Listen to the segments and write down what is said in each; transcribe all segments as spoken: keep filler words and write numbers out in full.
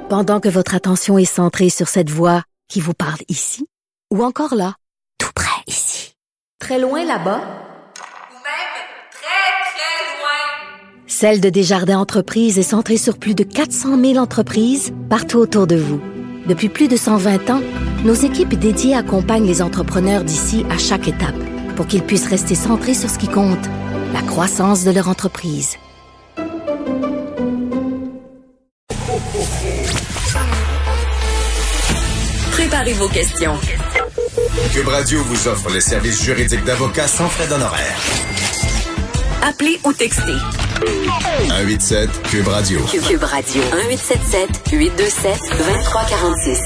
Pendant que votre attention est centrée sur cette voix qui vous parle ici, ou encore là, tout près ici, très loin là-bas, ou même très, très loin, Celle de Desjardins Entreprises est centrée sur plus de quatre cent mille entreprises partout autour de vous. Depuis plus de cent vingt ans, nos équipes dédiées accompagnent les entrepreneurs d'ici à chaque étape pour qu'ils puissent rester centrés sur ce qui compte, la croissance de leur entreprise. Préparez vos questions. Cube Radio vous offre les services juridiques d'avocats sans frais d'honoraires. Appelez ou textez. un huit sept Cube Radio. Cube Radio. un huit sept sept huit deux sept deux trois quatre six.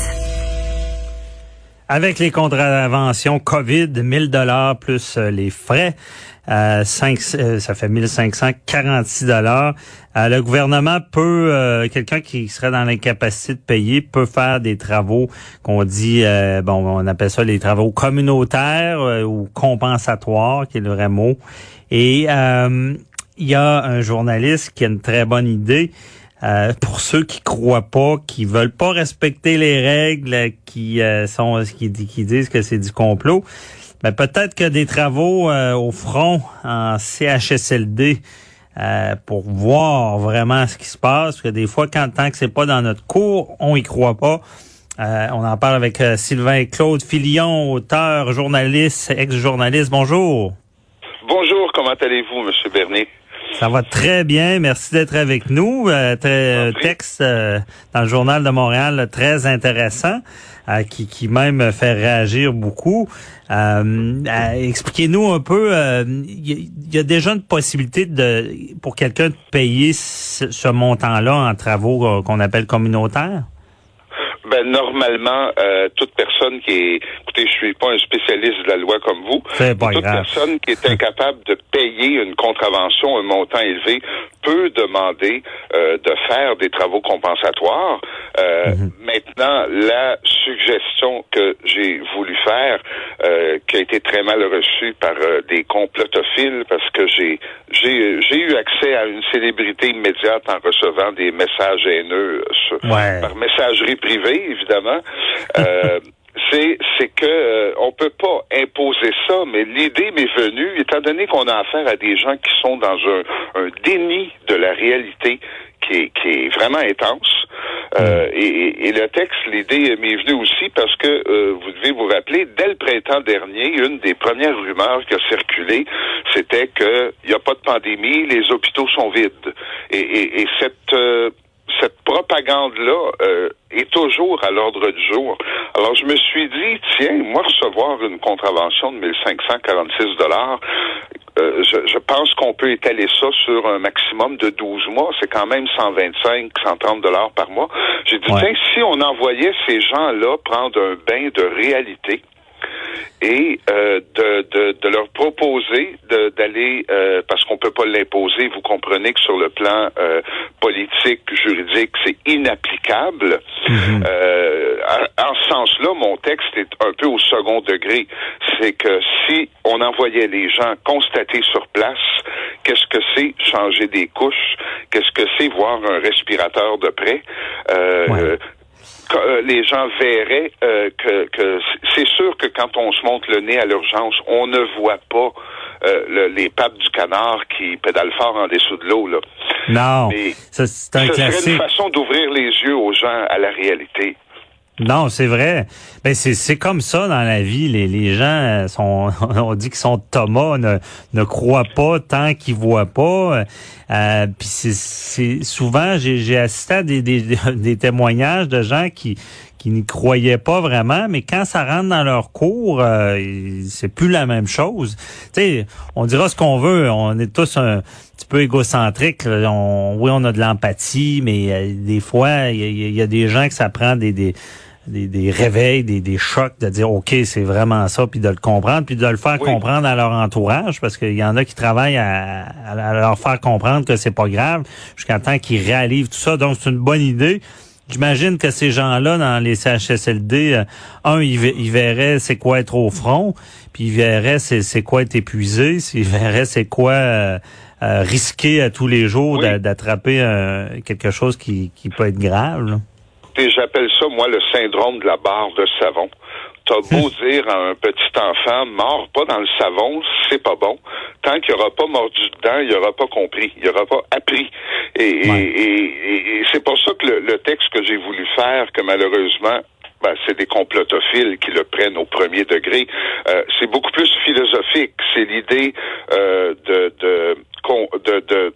Avec les contraventions COVID, mille dollars plus euh, les frais, euh, cinq, euh, ça fait mille cinq cent quarante-six dollars. Euh, le gouvernement peut, euh, quelqu'un qui serait dans l'incapacité de payer peut faire des travaux qu'on dit, euh, bon, on appelle ça les travaux communautaires euh, ou compensatoires, qui est le vrai mot. Et euh, il y a un journaliste qui a une très bonne idée. Euh, pour ceux qui croient pas, qui veulent pas respecter les règles, qui euh, sont qui, qui disent que c'est du complot, ben peut-être que des travaux euh, au front en C H S L D euh, pour voir vraiment ce qui se passe, parce que des fois, quand tant que c'est pas dans notre cours, on y croit pas. Euh, on en parle avec euh, Sylvain Claude Filion, auteur, journaliste, ex-journaliste. Bonjour. Bonjour, comment allez-vous, M. Bernier? Ça va très bien, merci d'être avec nous. Euh, très, texte euh, dans le Journal de Montréal là, très intéressant, euh, qui, qui même fait réagir beaucoup. Euh, euh, expliquez-nous un peu, il euh, y, y a déjà une possibilité de pour quelqu'un de payer ce, ce montant-là en travaux euh, qu'on appelle communautaires? Ben normalement, euh, toute personne qui est, écoutez, je suis pas un spécialiste de la loi comme vous, C'est pas toute grave. personne qui est incapable de payer une contravention, un montant élevé, peut demander euh, de faire des travaux compensatoires. Euh, mm-hmm. Maintenant, la suggestion que j'ai voulu faire, euh, qui a été très mal reçue par euh, des complotophiles, parce que j'ai j'ai j'ai eu accès à une célébrité immédiate en recevant des messages haineux sur, ouais. par messagerie privée, évidemment. Euh, c'est c'est que euh, on peut pas imposer ça, mais l'idée m'est venue, étant donné qu'on a affaire à des gens qui sont dans un, un déni de la réalité qui est, qui est vraiment intense. Euh, et, et le texte, l'idée m'est venue aussi parce que euh, vous devez vous rappeler, dès le printemps dernier, une des premières rumeurs qui a circulé, c'était que il n'y a pas de pandémie, les hôpitaux sont vides. Et, et, et cette euh, cette propagande-là euh, est toujours à l'ordre du jour. Alors, je me suis dit, tiens, moi, recevoir une contravention de mille cinq cent quarante-six dollars, euh, je, je pense qu'on peut étaler ça sur un maximum de douze mois. C'est quand même cent vingt-cinq, cent trente dollars par mois. J'ai dit, ouais. tiens, si on envoyait ces gens-là prendre un bain de réalité, et euh, de, de, de leur proposer de, d'aller, euh, parce qu'on peut pas l'imposer, vous comprenez que sur le plan euh, politique, juridique, c'est inapplicable. Mm-hmm. Euh, en, en ce sens-là, mon texte est un peu au second degré. C'est que si on envoyait les gens constater sur place qu'est-ce que c'est changer des couches, qu'est-ce que c'est voir un respirateur de près, euh, ouais. les gens verraient euh, que, que c'est sûr que quand on se monte le nez à l'urgence, on ne voit pas euh, le, les pattes du canard qui pédalent fort en dessous de l'eau. Là. Non, mais ça, c'est un ce classique. serait une façon d'ouvrir les yeux aux gens à la réalité. Non, c'est vrai. Ben c'est c'est comme ça dans la vie. Les les gens sont, on dit qu'ils sont Thomas, ne ne croient pas tant qu'ils voient pas. Euh, puis c'est c'est souvent j'ai j'ai assisté à des des des témoignages de gens qui qui n'y croyaient pas vraiment, mais quand ça rentre dans leur cours, euh, c'est plus la même chose. Tu sais, on dira ce qu'on veut, on est tous un petit peu égocentriques. Là. On, oui, on a de l'empathie, mais euh, des fois, il y, y, y a des gens que ça prend des des Des, des réveils, des, des chocs, de dire OK, c'est vraiment ça, puis de le comprendre, puis de le faire oui. comprendre à leur entourage, parce qu'il y en a qui travaillent à, à leur faire comprendre que c'est pas grave, jusqu'à temps qu'ils réalisent tout ça. Donc, c'est une bonne idée. J'imagine que ces gens-là, dans les C H S L D, euh, un, ils, ils verraient c'est quoi être au front, puis ils verraient c'est, c'est quoi être épuisé, ils verraient c'est quoi euh, euh, risquer à tous les jours oui. d'attraper euh, quelque chose qui, qui peut être grave, là. écoutez, j'appelle ça, moi, le syndrome de la barre de savon. T'as beau dire à un petit enfant, mords pas dans le savon, c'est pas bon. Tant qu'il aura pas mordu dedans, il aura pas compris, il aura pas appris. Et, ouais. et, et, et, et c'est pour ça que le, le texte que j'ai voulu faire, que malheureusement, ben, c'est des complotophiles qui le prennent au premier degré. Euh, c'est beaucoup plus philosophique. C'est l'idée euh, de, de, de, de,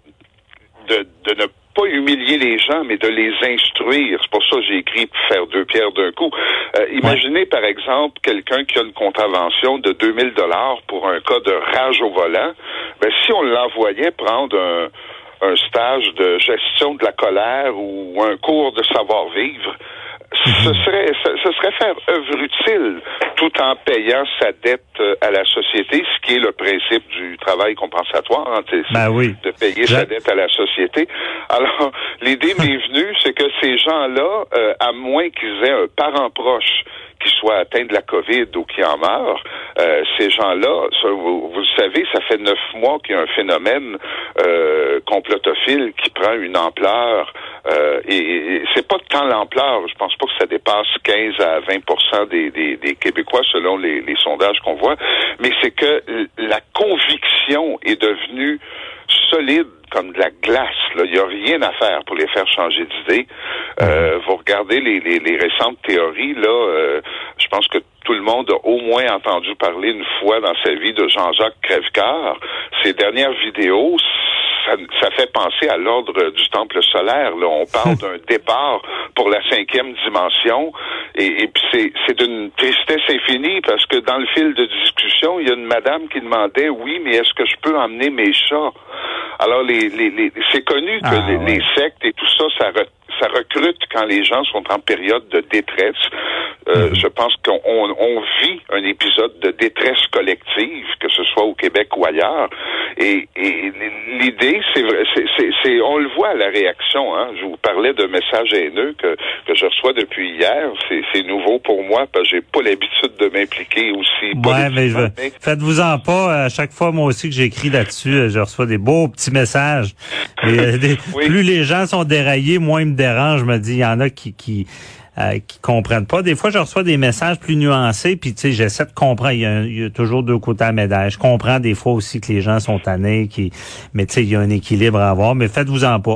de, de ne pas humilier les gens, mais de les instruire. C'est pour ça que j'ai écrit « Faire deux pierres d'un coup ». Euh, imaginez, ouais. par exemple, quelqu'un qui a une contravention de deux mille dollars pour un cas de rage au volant. Ben, si on l'envoyait prendre un, un stage de gestion de la colère ou un cours de savoir-vivre, ce serait ce, ce serait faire œuvre utile tout en payant sa dette à la société, ce qui est le principe du travail compensatoire, hein, c'est ben oui. de payer Je... sa dette à la société. Alors, l'idée m'est venue, c'est que ces gens-là, euh, à moins qu'ils aient un parent proche qui soit atteint de la COVID ou qui en meurt, euh, ces gens-là, ça, vous, vous le savez, ça fait neuf mois qu'il y a un phénomène euh, complotophile qui prend une ampleur. Euh, et, et c'est pas tant l'ampleur, je pense pas que ça dépasse quinze à vingt pour cent des, des, des Québécois selon les, les sondages qu'on voit, mais c'est que la conviction est devenue solide comme de la glace. Là. Il n'y a rien à faire pour les faire changer d'idée. Euh, vous regardez les, les, les récentes théories, là, euh, je pense que tout le monde a au moins entendu parler une fois dans sa vie de Jean-Jacques Crèvecoeur. Ces dernières vidéos, ça, ça fait penser à l'ordre du temple solaire. Là. On parle d'un départ pour la cinquième dimension. Et, et puis c'est, c'est d'une tristesse infinie parce que dans le fil de discussion, il y a une madame qui demandait, oui, mais est-ce que je peux emmener mes chats? Alors, les, les, les, c'est connu que ah, les, ouais. les sectes et tout ça, ça, re, ça recrute quand les gens sont en période de détresse. Euh, mm-hmm. Je pense qu'on on, on vit un épisode de détresse collective, que ce soit au Québec ou ailleurs. Et, et l'idée, c'est, c'est, c'est, c'est, on le voit à la réaction. Hein. Je vous parlais de messages haineux que, que je reçois depuis hier. C'est, c'est nouveau pour moi parce que j'ai pas l'habitude de m'impliquer aussi. Ouais, mais, je, mais faites-vous-en pas. À chaque fois, moi aussi que j'écris là-dessus, je reçois des beaux petits messages. Et, des, oui. Plus les gens sont déraillés, moins ils me dérangent. Je me dis, il y en a qui... qui Euh, qui comprennent pas. Des fois, je reçois des messages plus nuancés, puis tu sais, j'essaie de comprendre. Il y, a, il y a toujours deux côtés à la médaille. Je comprends des fois aussi que les gens sont tannés, qui, mais tu sais, il y a un équilibre à avoir. Mais faites-vous-en pas.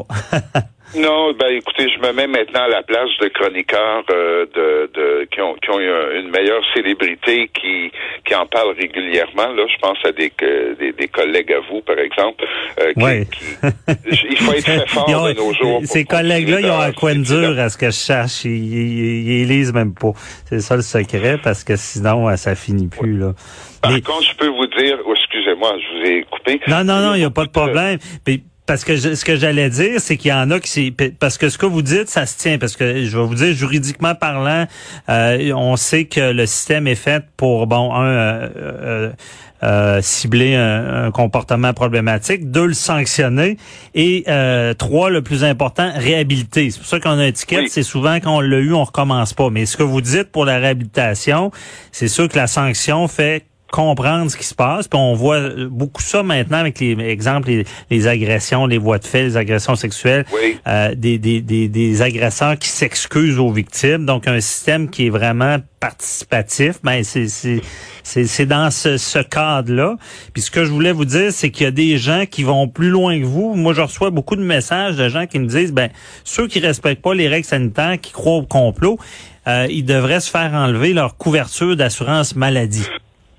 Non, ben écoutez, je me mets maintenant à la place de chroniqueurs euh, de, de qui ont qui ont une meilleure célébrité qui qui en parlent régulièrement. Là, je pense à des des, des collègues à vous, par exemple. Euh, qui, oui. qui, il faut être très fort ont, de nos jours. Ces collègues-là, ils ont un coin dur à ce que je cherche. Ils, ils, ils lisent même pas. C'est ça le secret, parce que sinon, ça finit plus oui. là. Par Mais... contre, je peux vous dire, oh, excusez-moi, je vous ai coupé. Non, non, non, il n'y a pas de problème. Mais parce que je, ce que j'allais dire, c'est qu'il y en a qui c'est parce que ce que vous dites, ça se tient. Parce que je vais vous dire, juridiquement parlant, euh, on sait que le système est fait pour bon un euh, euh, euh, cibler un, un comportement problématique, deux le sanctionner et euh, trois le plus important réhabiliter. C'est pour ça qu'on a une étiquette. Oui. C'est souvent quand on l'a eu, on recommence pas. Mais ce que vous dites pour la réhabilitation, c'est sûr que la sanction fait comprendre ce qui se passe, puis on voit beaucoup ça maintenant avec les exemples, les, les agressions, les voies de fait, les agressions sexuelles, oui. euh, des, des, des, des agresseurs qui s'excusent aux victimes, donc un système qui est vraiment participatif, ben c'est c'est c'est, c'est dans ce, ce cadre-là. Puis ce que je voulais vous dire, c'est qu'il y a des gens qui vont plus loin que vous. Moi, je reçois beaucoup de messages de gens qui me disent, ben ceux qui respectent pas les règles sanitaires, qui croient au complot, euh, ils devraient se faire enlever leur couverture d'assurance maladie.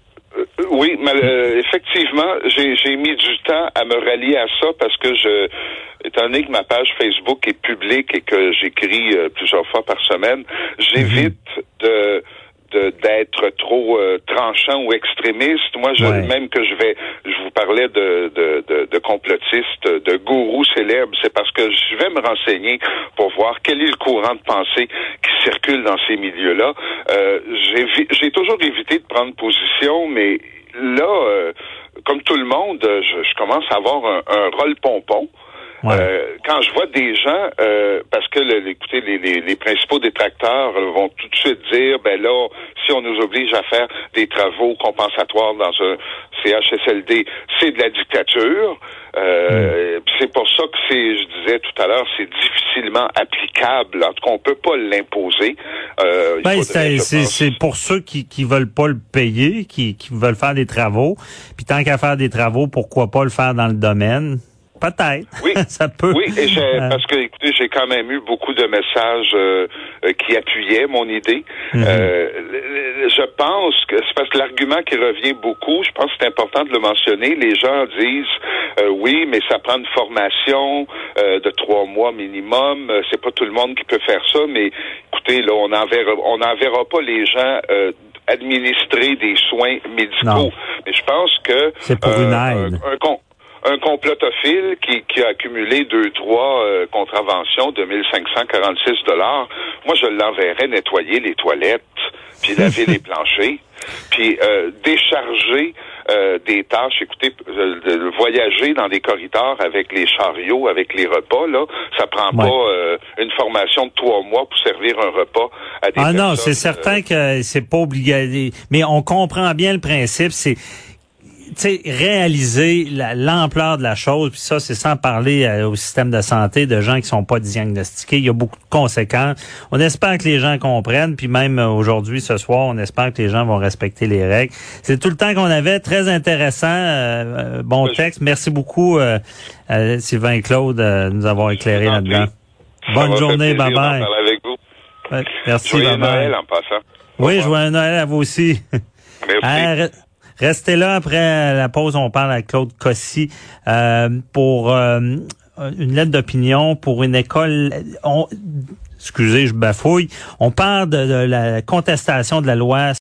Oui, mais euh, effectivement, j'ai, j'ai mis du temps à me rallier à ça parce que je, étant donné que ma page Facebook est publique et que j'écris euh, plusieurs fois par semaine, j'évite de, de d'être trop euh, tranchant ou extrémiste. Moi, je, ouais. même que je vais, je vous parlais de, de, de, de complotistes, de gourous célèbres, c'est parce que je vais me renseigner pour voir quel est le courant de pensée qui circule dans ces milieux-là. Euh, j'ai, j'ai toujours évité de prendre position, mais là, euh, comme tout le monde, je, je commence à avoir un, un rôle pompon. Ouais. Euh, quand je vois des gens, euh, parce que, le, écoutez, les, les, les principaux détracteurs vont tout de suite dire, ben là, si on nous oblige à faire des travaux compensatoires dans un C H S L D, c'est de la dictature. Euh, mm. C'est pour ça que c'est, je disais tout à l'heure, c'est difficilement applicable. En tout cas, on peut pas l'imposer. Euh, ben, faudrait, c'est, pense... c'est pour ceux qui qui veulent pas le payer, qui qui veulent faire des travaux. Puis tant qu'à faire des travaux, pourquoi pas le faire dans le domaine? Peut-être. Oui, ça peut. Oui, et j'ai, euh... parce que, écoutez, j'ai quand même eu beaucoup de messages euh, euh, qui appuyaient mon idée. Mm-hmm. Euh, je pense que c'est parce que l'argument qui revient beaucoup, je pense que c'est important de le mentionner. Les gens disent euh, oui, mais ça prend une formation euh, de trois mois minimum. Euh, c'est pas tout le monde qui peut faire ça, mais écoutez, là, on n'enverra, on n'enverra pas les gens. Euh, administrer des soins médicaux. Non. Mais je pense que c'est pour euh, une aide. Un, un, un complotophile qui, qui a accumulé deux, trois euh, contraventions de mille cinq cent quarante-six dollars, moi je l'enverrais nettoyer les toilettes, puis laver les planchers, puis euh, décharger euh, des tâches. Écoutez, euh, de voyager dans des corridors avec les chariots, avec les repas, là, ça prend ouais. pas euh, une formation de trois mois pour servir un repas à des ah personnes. Ah non, c'est certain euh, que c'est pas obligatoire, mais on comprend bien le principe, c'est tu sais, réaliser la, l'ampleur de la chose, puis ça, c'est sans parler euh, au système de santé de gens qui sont pas diagnostiqués. Il y a beaucoup de conséquences. On espère que les gens comprennent, puis même euh, aujourd'hui, ce soir, on espère que les gens vont respecter les règles. C'est tout le temps qu'on avait. Très intéressant. Euh, bon texte. Merci beaucoup, euh, euh, Sylvain et Claude, euh, de nous avoir éclairé là-dedans. Bonne journée. Bye-bye. Avec vous. Ouais, merci. Joyeux bye-bye. Noël en passant. Oui, joyeux Noël à vous aussi. Merci. Euh, Restez là, après la pause, on parle à Claude Cossy euh, pour euh, une lettre d'opinion pour une école. On, excusez, je bafouille. On parle de, de la contestation de la loi